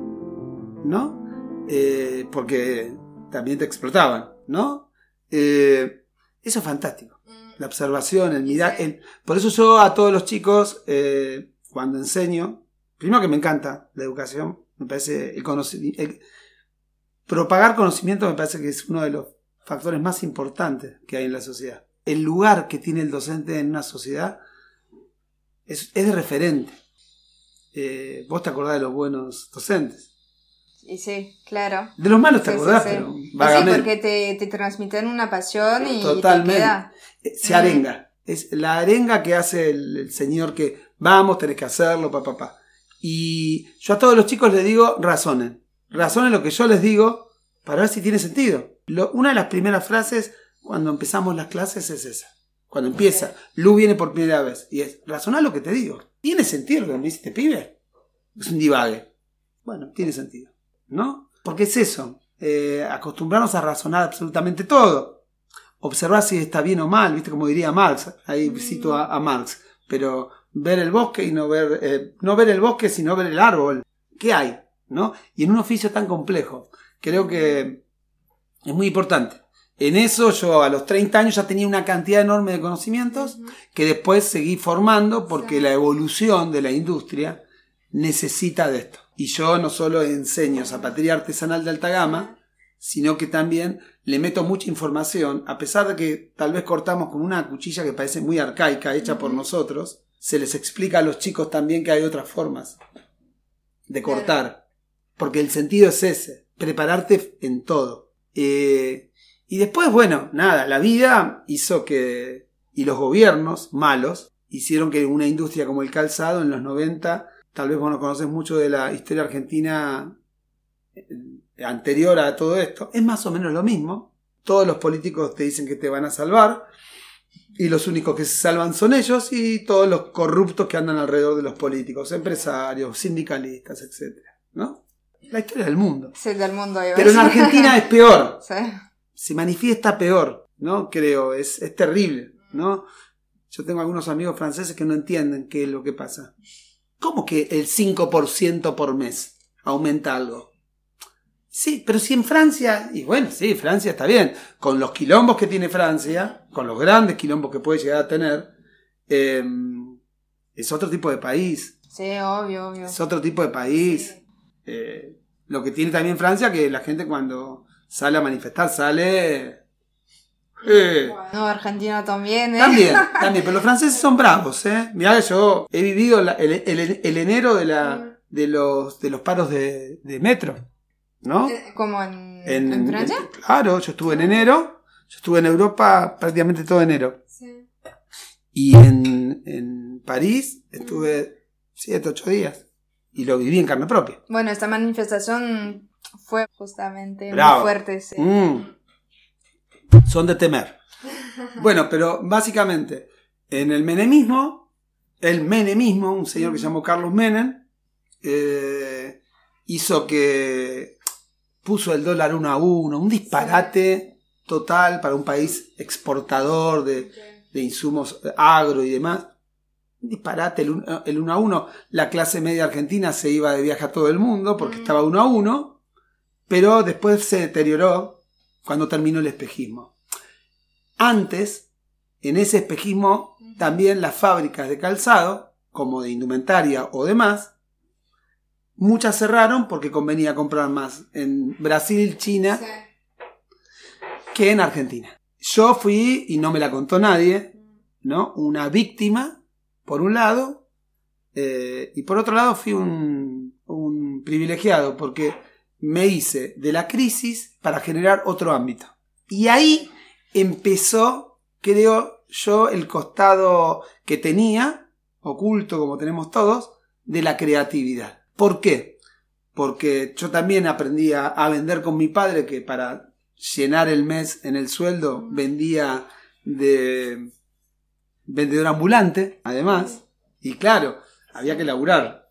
¿no? Porque también te explotaban, ¿no? Eso es fantástico. La observación, el mirar. Por eso yo a todos los chicos, cuando enseño, primero que me encanta la educación, me parece propagar conocimiento me parece que es uno de los factores más importantes que hay en la sociedad. El lugar que tiene el docente en una sociedad es de referente. Vos te acordás de los buenos docentes. Y sí, claro. De los malos te acordás, pero vagamente. Sí, porque te transmiten una pasión y totalmente. Te queda. Se arenga. Es la arenga que hace el señor que vamos, tenés que hacerlo, papá. Y yo a todos los chicos les digo, razonen lo que yo les digo para ver si tiene sentido. Una de las primeras frases cuando empezamos las clases es esa. Cuando empieza, Lu viene por primera vez y es, razoná lo que te digo. ¿Tiene sentido lo que me dice este pibe? Es un divague. Bueno, tiene sentido, ¿no? Porque es eso, acostumbrarnos a razonar absolutamente todo. Observar si está bien o mal, ¿viste? Como diría Marx. Ahí cito a Marx. Pero ver el bosque y no ver el bosque sino ver el árbol. ¿Qué hay? ¿No? Y en un oficio tan complejo, creo que es muy importante. En eso yo a los 30 años ya tenía una cantidad enorme de conocimientos que después seguí formando porque la evolución de la industria necesita de esto. Y yo no solo enseño zapatería artesanal de alta gama, sino que también le meto mucha información, a pesar de que tal vez cortamos con una cuchilla que parece muy arcaica, hecha por nosotros, se les explica a los chicos también que hay otras formas de cortar. Porque el sentido es ese, prepararte en todo. Y después, bueno, nada, la vida hizo que, y los gobiernos malos, hicieron que una industria como el calzado en los 90, tal vez vos no conocés mucho de la historia argentina anterior a todo esto, es más o menos lo mismo. Todos los políticos te dicen que te van a salvar, y los únicos que se salvan son ellos y todos los corruptos que andan alrededor de los políticos, empresarios, sindicalistas, etcétera, ¿no? La historia del mundo. Sí, del mundo. Pero en Argentina es peor. Sí. Se manifiesta peor, ¿no? Creo, es terrible, ¿no? Yo tengo algunos amigos franceses que no entienden qué es lo que pasa. ¿Cómo que el 5% por mes aumenta algo? Sí, pero si en Francia, y bueno, sí, Francia está bien, con los quilombos que tiene Francia, con los grandes quilombos que puede llegar a tener, es otro tipo de país. Sí, obvio. Es otro tipo de país. Lo que tiene también Francia, que la gente cuando sale a manifestar, sale... Bueno, Argentina también, También, pero los franceses son bravos, Mirá que yo he vivido el enero de los paros de metro, ¿no? ¿Como en Francia? Claro, yo estuve en enero, yo estuve en Europa prácticamente todo enero. Sí. Y en París estuve 7, 8 días. Y lo viví en carne propia. Bueno, esta manifestación fue justamente Bravo. muy fuerte. Sí. son de temer. Bueno, pero básicamente, en el menemismo, un señor que se llamó Carlos Menem, hizo que puso el dólar 1-1, un disparate total para un país exportador de insumos agro y demás. Un disparate, el 1-1. La clase media argentina se iba de viaje a todo el mundo porque estaba 1-1, pero después se deterioró cuando terminó el espejismo. Antes, en ese espejismo, también las fábricas de calzado, como de indumentaria o demás, muchas cerraron porque convenía comprar más en Brasil, China, que en Argentina. Yo fui, y no me la contó nadie, ¿no? Una víctima, por un lado, y por otro lado fui un privilegiado, porque me hice de la crisis para generar otro ámbito. Y ahí empezó, creo yo, el costado que tenía, oculto como tenemos todos, de la creatividad. ¿Por qué? Porque yo también aprendí a vender con mi padre, que para llenar el mes en el sueldo vendía de vendedor ambulante, además. Y claro, había que laburar.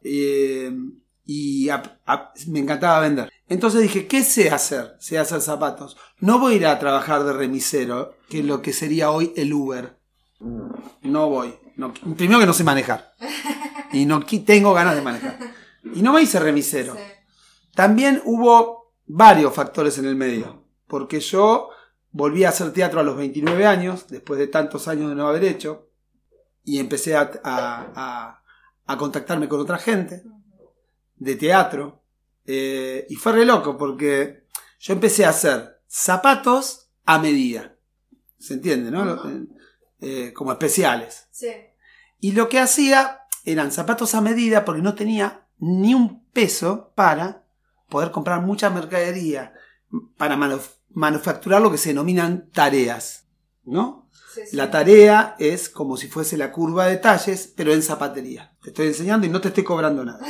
Me encantaba vender. Entonces dije, ¿qué sé hacer? Sé hacer zapatos. No voy a ir a trabajar de remisero, que es lo que sería hoy el Uber. No voy. No, primero que no sé manejar. Y no tengo ganas de manejar. Y no me hice remisero. Sí. También hubo varios factores en el medio. Porque yo volví a hacer teatro a los 29 años, después de tantos años de no haber hecho. Y empecé a contactarme con otra gente de teatro. Y fue re loco porque yo empecé a hacer zapatos a medida. ¿Se entiende, no? Como especiales. Sí. Y lo que hacía eran zapatos a medida porque no tenía ni un peso para poder comprar mucha mercadería para manufacturar lo que se denominan tareas, ¿no? Sí, sí. La tarea es como si fuese la curva de talles, pero en zapatería. Te estoy enseñando y no te estoy cobrando nada.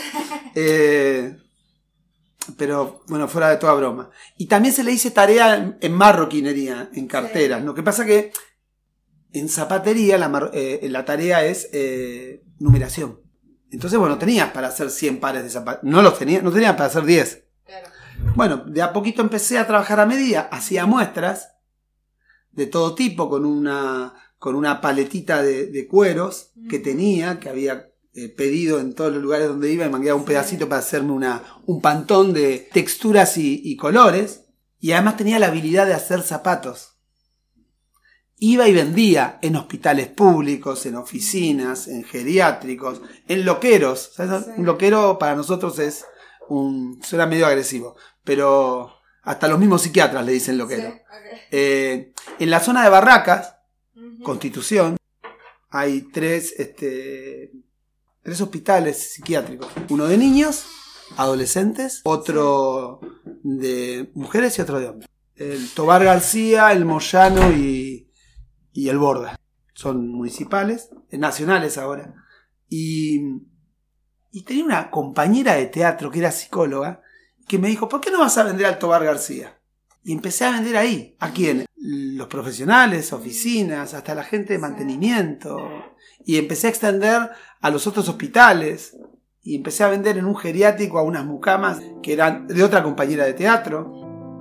Pero bueno, fuera de toda broma. Y también se le dice tarea en marroquinería, en carteras. Sí. Lo que pasa que en zapatería la tarea es numeración. Entonces, bueno, tenías para hacer 100 pares de zapatos. No tenías para hacer 10. Claro. Bueno, de a poquito empecé a trabajar a medida. Hacía muestras de todo tipo con una paletita de cueros que tenía, que había pedido en todos los lugares donde iba, y me mangueaba un pedacito para hacerme un pantón de texturas y colores. Y además tenía la habilidad de hacer zapatos. Iba y vendía en hospitales públicos, en oficinas, en geriátricos, en loqueros. ¿Sabes? Sí. Un loquero para nosotros suena medio agresivo, pero hasta los mismos psiquiatras le dicen loquero. Sí, okay. En la zona de Barracas, Constitución, hay tres hospitales psiquiátricos. Uno de niños, adolescentes, otro de mujeres y otro de hombres. El Tobar García, el Moyano y el Borda. Son municipales, nacionales ahora. Y tenía una compañera de teatro que era psicóloga que me dijo, ¿por qué no vas a vender al Tobar García? Y empecé a vender ahí. ¿A quién? Los profesionales, oficinas, hasta la gente de mantenimiento. Y empecé a extender a los otros hospitales. Y empecé a vender en un geriátrico a unas mucamas que eran de otra compañera de teatro.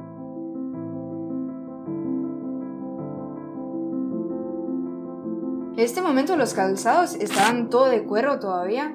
En este momento los calzados estaban todo de cuero todavía.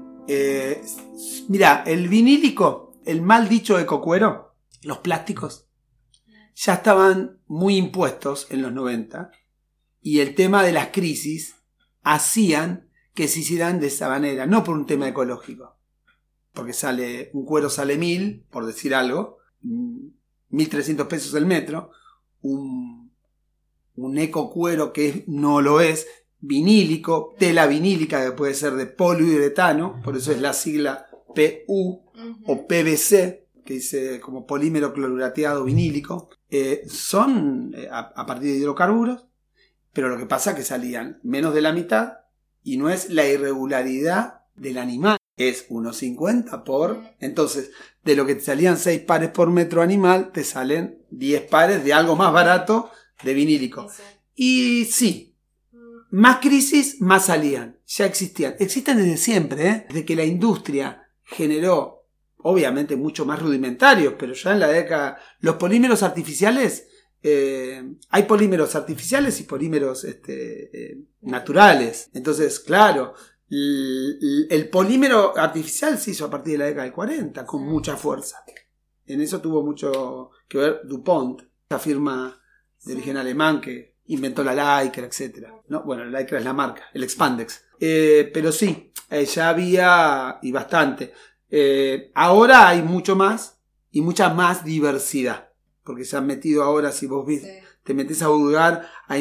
Mira, el vinílico, el mal dicho ecocuero, los plásticos, ya estaban muy impuestos en los 90, y el tema de las crisis hacían que se hicieran de esa manera, no por un tema ecológico, porque un cuero sale 1.000, por decir algo, 1.300 pesos el metro, un ecocuero que no lo es, vinílico, tela vinílica que puede ser de poliuretano, por eso es la sigla PU o PVC, que dice como polímero clorurateado vinílico, son a partir de hidrocarburos, pero lo que pasa es que salían menos de la mitad y no es la irregularidad del animal, es 1,50 por... Entonces, de lo que te salían 6 pares por metro animal, te salen 10 pares de algo más barato de vinílico. Y sí, más crisis, más salían. Ya existían. Existen desde siempre, ¿eh? Desde que la industria generó, obviamente mucho más rudimentarios, pero ya en la década, los polímeros artificiales, hay polímeros artificiales y polímeros naturales. Entonces, claro, el polímero artificial se hizo a partir de la década del 40 con mucha fuerza. En eso tuvo mucho que ver DuPont, esa firma de origen alemán que inventó la Lycra, etc. ¿No? Bueno, la Lycra es la marca, el Expandex. Pero sí, ya había y bastante. Ahora hay mucho más y mucha más diversidad. Porque se han metido ahora, si vos te metés a hurgar, hay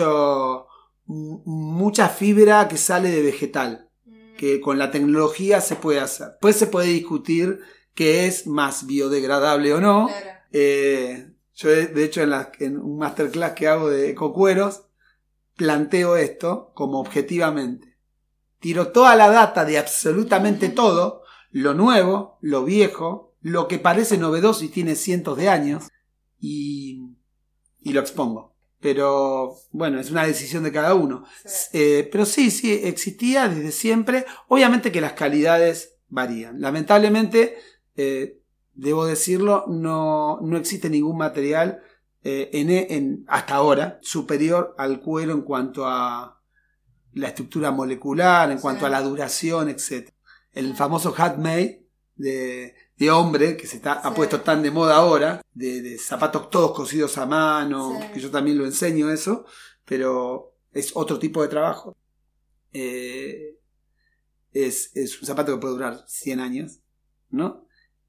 mucha fibra que sale de vegetal. Que con la tecnología se puede hacer. Después se puede discutir qué es más biodegradable o no. Claro. Yo de hecho en un masterclass que hago de ecocueros planteo esto como objetivamente. Tiro toda la data de absolutamente todo, lo nuevo, lo viejo, lo que parece novedoso y tiene cientos de años, y lo expongo. Pero bueno, es una decisión de cada uno. Sí. Pero sí, existía desde siempre. Obviamente que las calidades varían. Lamentablemente, debo decirlo, no existe ningún material hasta ahora superior al cuero en cuanto a la estructura molecular, en cuanto a la duración, etc. El famoso handmade de hombre que ha puesto tan de moda ahora, de zapatos todos cosidos a mano, que yo también lo enseño eso, pero es otro tipo de trabajo. Es un zapato que puede durar 100 años, ¿no?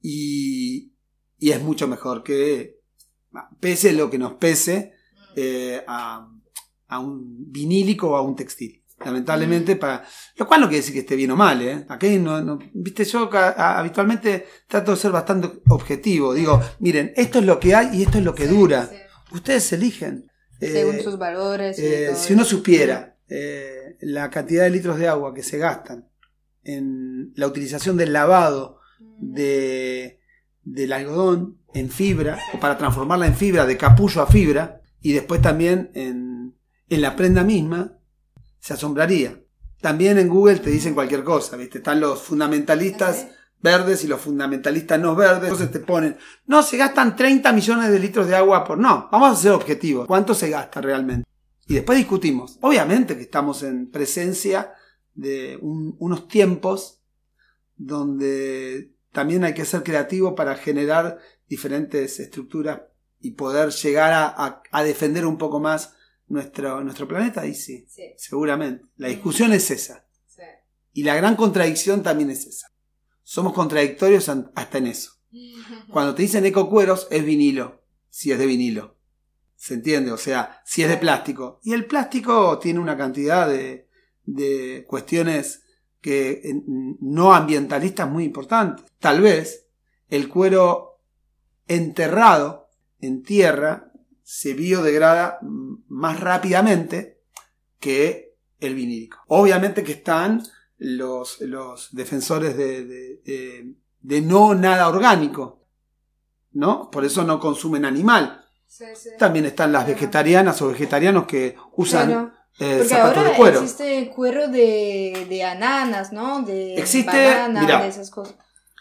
Y es mucho mejor que, pese lo que nos pese, a un vinílico o a un textil. Lamentablemente, lo cual no quiere decir que esté bien o mal, ¿eh? Aquí no, viste, yo habitualmente trato de ser bastante objetivo. Digo, miren, esto es lo que hay y esto es lo que dura. Sí. Ustedes eligen. Según sus valores. Si uno supiera la cantidad de litros de agua que se gastan en la utilización del lavado del algodón en fibra, o para transformarla en fibra, de capullo a fibra, y después también en la prenda misma, se asombraría. También en Google te dicen cualquier cosa, ¿viste? Están los fundamentalistas verdes y los fundamentalistas no verdes. Entonces te ponen, no, se gastan 30 millones de litros de agua por... No, vamos a ser objetivos. ¿Cuánto se gasta realmente? Y después discutimos. Obviamente que estamos en presencia de unos tiempos donde también hay que ser creativo para generar diferentes estructuras y poder llegar a defender un poco más nuestro planeta. Y sí, seguramente. La discusión es esa. Sí. Y la gran contradicción también es esa. Somos contradictorios hasta en eso. Cuando te dicen ecocueros, es vinilo. Si es de vinilo. ¿Se entiende? O sea, si es de plástico. Y el plástico tiene una cantidad de cuestiones no ambientalistas muy importantes. Tal vez el cuero enterrado en tierra se biodegrada más rápidamente que el vinílico. Obviamente que están los defensores de no nada orgánico, ¿no? Por eso no consumen animal. Sí. También están las vegetarianas o vegetarianos que usan zapatos de cuero. Existe cuero de ananas, ¿no? Existe, banana, mirá, de esas cosas.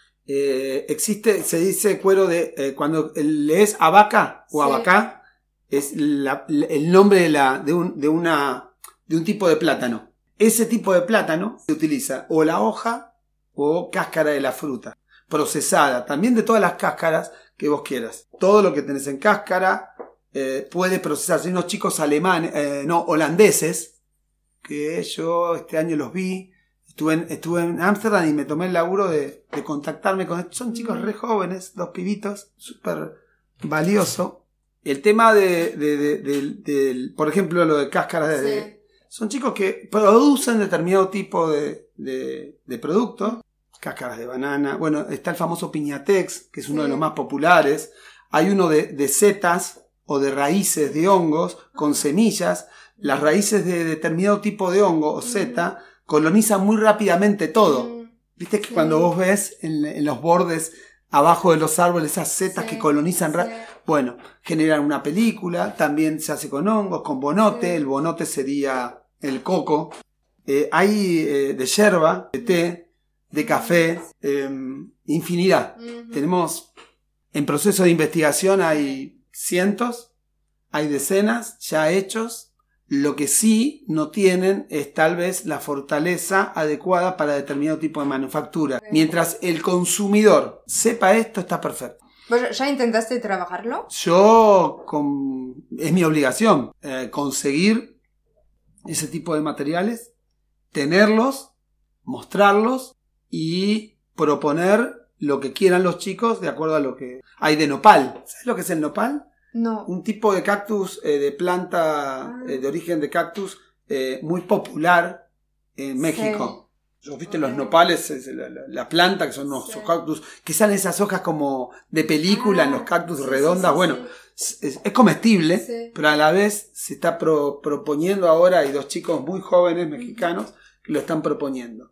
Se dice cuero de cuando lees abaca o abacá, es el nombre de un tipo de plátano. Ese tipo de plátano se utiliza o la hoja o cáscara de la fruta procesada, también de todas las cáscaras que vos quieras. Todo lo que tenés en cáscara puede procesarse. Hay unos chicos holandeses que yo este año los vi. Estuve en Ámsterdam y me tomé el laburo de contactarme con estos. Son chicos re jóvenes, 2 pibitos, súper valioso. El tema por ejemplo, lo de cáscaras son chicos que producen determinado tipo de producto. Cáscaras de banana. Bueno, está el famoso Piñatex, que es uno de los más populares. Hay uno de setas o de raíces de hongos con semillas. Las raíces de determinado tipo de hongo o seta colonizan muy rápidamente todo. Viste que cuando vos ves en los bordes abajo de los árboles, esas setas que colonizan. sí. Bueno, generan una película, también se hace con hongos, con bonote, el bonote sería el coco. Hay de yerba, de té, de café, infinidad. Tenemos, en proceso de investigación hay cientos, hay decenas ya hechos. Lo que sí no tienen es tal vez la fortaleza adecuada para determinado tipo de manufactura. Mientras el consumidor sepa esto, está perfecto. ¿Vos ya intentaste trabajarlo? Es mi obligación conseguir ese tipo de materiales, tenerlos, mostrarlos y proponer lo que quieran los chicos de acuerdo a lo que hay de nopal. ¿Sabes lo que es el nopal? No. Un tipo de cactus, de planta de origen de cactus muy popular en México. ¿Viste los nopales? La planta, que son unos cactus, que salen esas hojas como de película en los cactus redondas. Bueno, es comestible, pero a la vez se está proponiendo ahora, hay 2 chicos muy jóvenes mexicanos que lo están proponiendo.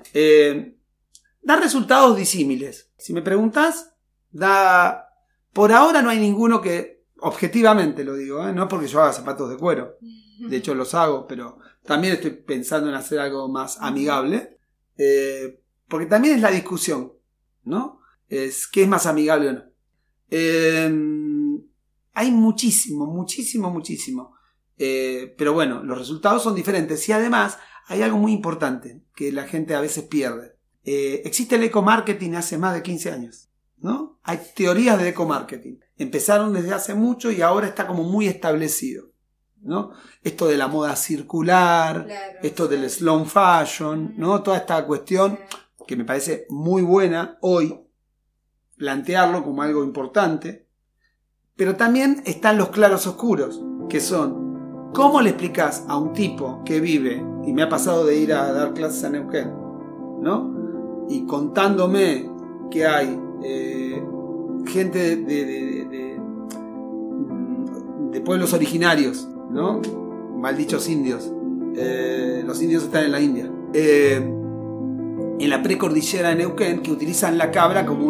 Da resultados disímiles. Si me preguntas, por ahora no hay ninguno que, objetivamente lo digo, no porque yo haga zapatos de cuero, de hecho los hago, pero también estoy pensando en hacer algo más amigable. Porque también es la discusión, ¿no? Es qué es más amigable o no. Hay muchísimo. Pero bueno, los resultados son diferentes. Y además hay algo muy importante que la gente a veces pierde. Existe el eco-marketing hace más de 15 años, ¿no? Hay teorías de eco-marketing. Empezaron desde hace mucho y ahora está como muy establecido, ¿no? Esto de la moda circular, esto del slow fashion, ¿no? Toda esta cuestión que me parece muy buena hoy plantearlo como algo importante, pero también están los claros oscuros, que son ¿cómo le explicas a un tipo que vive, y me ha pasado de ir a dar clases a Neuquén, ¿no? Y contándome que hay gente de pueblos originarios, ¿no? Maldichos indios. Los indios están en la India. En la precordillera de Neuquén, que utilizan la cabra como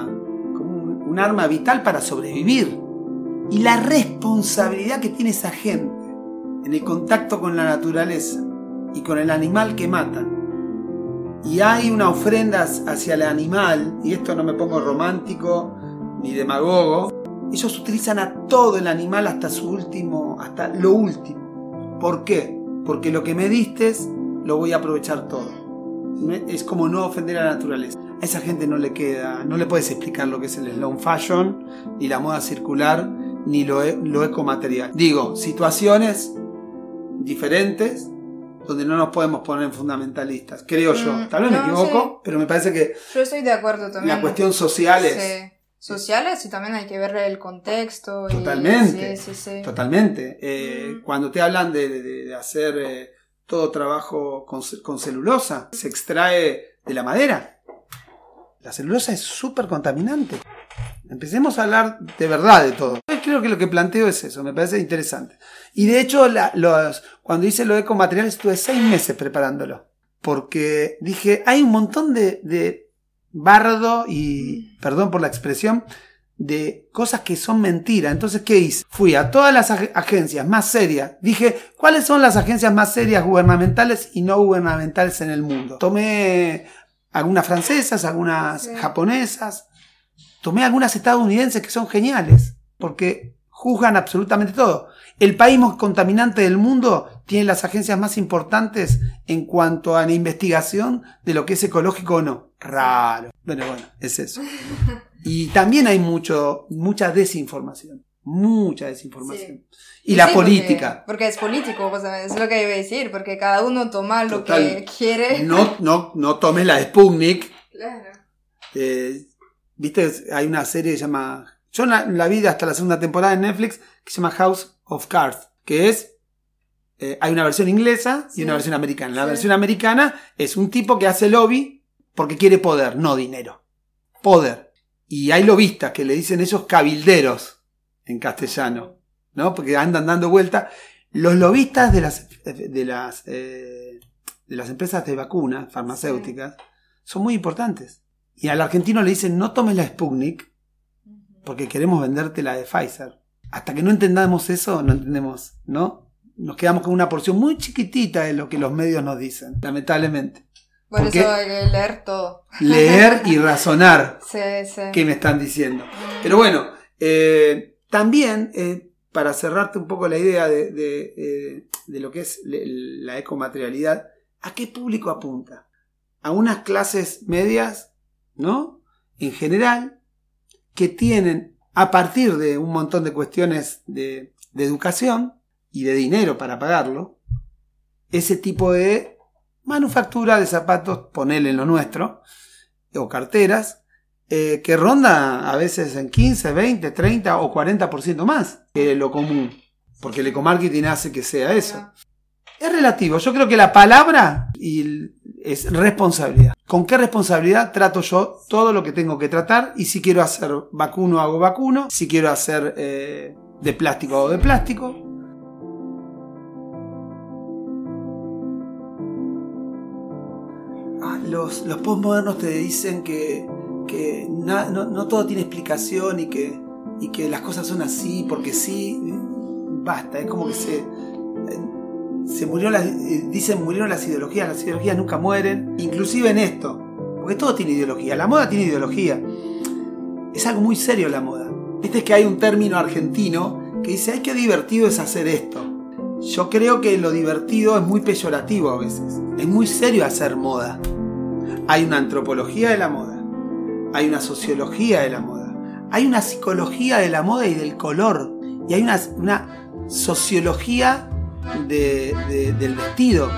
un arma vital para sobrevivir. Y la responsabilidad que tiene esa gente en el contacto con la naturaleza y con el animal que matan. Y hay una ofrenda hacia el animal, y esto no me pongo romántico ni demagogo. Ellos utilizan a todo el animal hasta lo último. ¿Por qué? Porque lo que me distes lo voy a aprovechar todo. Es como no ofender a la naturaleza. A esa gente no le puedes explicar lo que es el slow fashion, ni la moda circular, ni lo ecomaterial. Digo, situaciones diferentes donde no nos podemos poner fundamentalistas, creo yo. Tal vez me equivoco, pero me parece que yo estoy de acuerdo también. La cuestión social es... Sociales y también hay que ver el contexto. Totalmente. Sí. Totalmente. Cuando te hablan de hacer todo trabajo con celulosa, se extrae de la madera. La celulosa es súper contaminante. Empecemos a hablar de verdad de todo. Creo que lo que planteo es eso, me parece interesante. Y de hecho, cuando hice lo de ecomateriales estuve 6 meses preparándolo. Porque dije, hay un montón de bardo y, perdón por la expresión, de cosas que son mentiras. Entonces, ¿qué hice? Fui a todas las agencias más serias. Dije, ¿cuáles son las agencias más serias gubernamentales y no gubernamentales en el mundo? Tomé algunas francesas, algunas japonesas. Tomé algunas estadounidenses que son geniales, porque juzgan absolutamente todo. El país más contaminante del mundo tiene las agencias más importantes en cuanto a la investigación de lo que es ecológico o no. Raro. Bueno, es eso. Y también hay mucha desinformación. Mucha desinformación. Sí. Y la política. Porque es político, o sea, es lo que iba a decir, porque cada uno toma lo que quiere. No tomes la Sputnik. Claro. ¿Viste? Hay una serie que se llama... Yo la vi hasta la 2ª temporada en Netflix, que se llama House of Cards, que es... hay una versión inglesa y una versión americana. La versión americana es un tipo que hace lobby porque quiere poder, no dinero. Poder. Y hay lobistas que le dicen esos cabilderos en castellano, ¿no? Porque andan dando vuelta. Los lobistas de las empresas de vacunas farmacéuticas son muy importantes. Y al argentino le dicen, no tomes la Sputnik porque queremos venderte la de Pfizer. Hasta que no entendamos eso, no entendemos, ¿no? Nos quedamos con una porción muy chiquitita de lo que los medios nos dicen, lamentablemente. Por Porque eso hay que leer todo. leer y razonar Sí. qué me están diciendo. Pero bueno, también, para cerrarte un poco la idea de lo que es la ecomaterialidad, ¿a qué público apunta? A unas clases medias, ¿no? En general, que tienen, a partir de un montón de cuestiones de educación y de dinero para pagarlo, ese tipo de manufactura de zapatos, ponele en lo nuestro, o carteras, que ronda a veces en 15, 20, 30 o 40% más que lo común, porque el ecomarketing hace que sea eso. Es relativo, yo creo que la palabra es responsabilidad. ¿Con qué responsabilidad trato yo todo lo que tengo que tratar? Y si quiero hacer vacuno, hago vacuno. Si quiero hacer de plástico, hago de plástico. Los postmodernos te dicen que no todo tiene explicación y que las cosas son así porque sí. Basta, es como que murieron las ideologías nunca mueren, inclusive en esto, porque todo tiene ideología, la moda tiene ideología, es algo muy serio la moda. Viste que hay un término argentino que dice, ay, qué divertido es hacer esto. Yo creo que lo divertido es muy peyorativo a veces, es muy serio hacer moda. Hay una antropología de la moda, hay una sociología de la moda, hay una psicología de la moda y del color, y hay una sociología del vestido.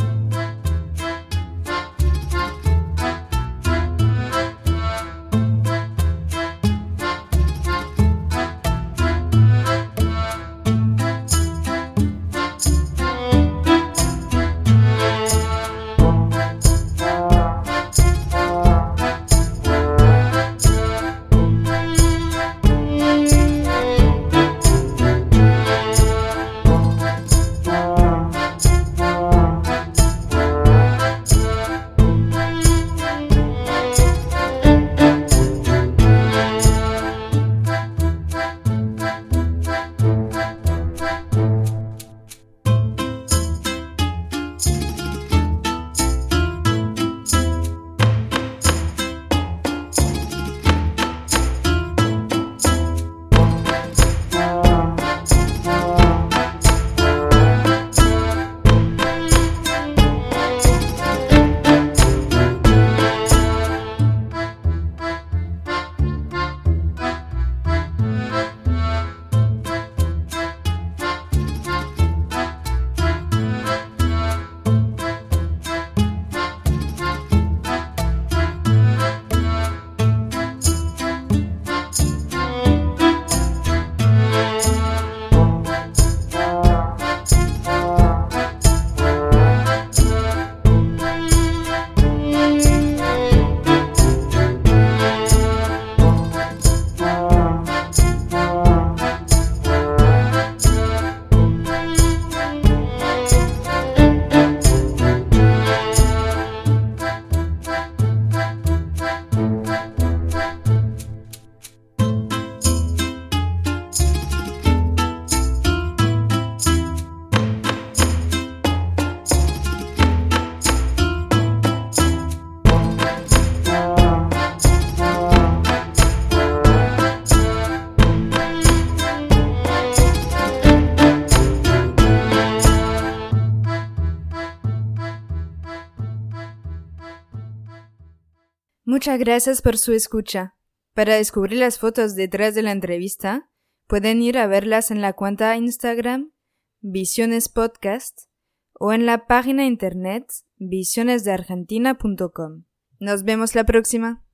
Muchas gracias por su escucha. Para descubrir las fotos detrás de la entrevista, pueden ir a verlas en la cuenta Instagram Visiones Podcast o en la página internet visionesdeargentina.com. Nos vemos la próxima.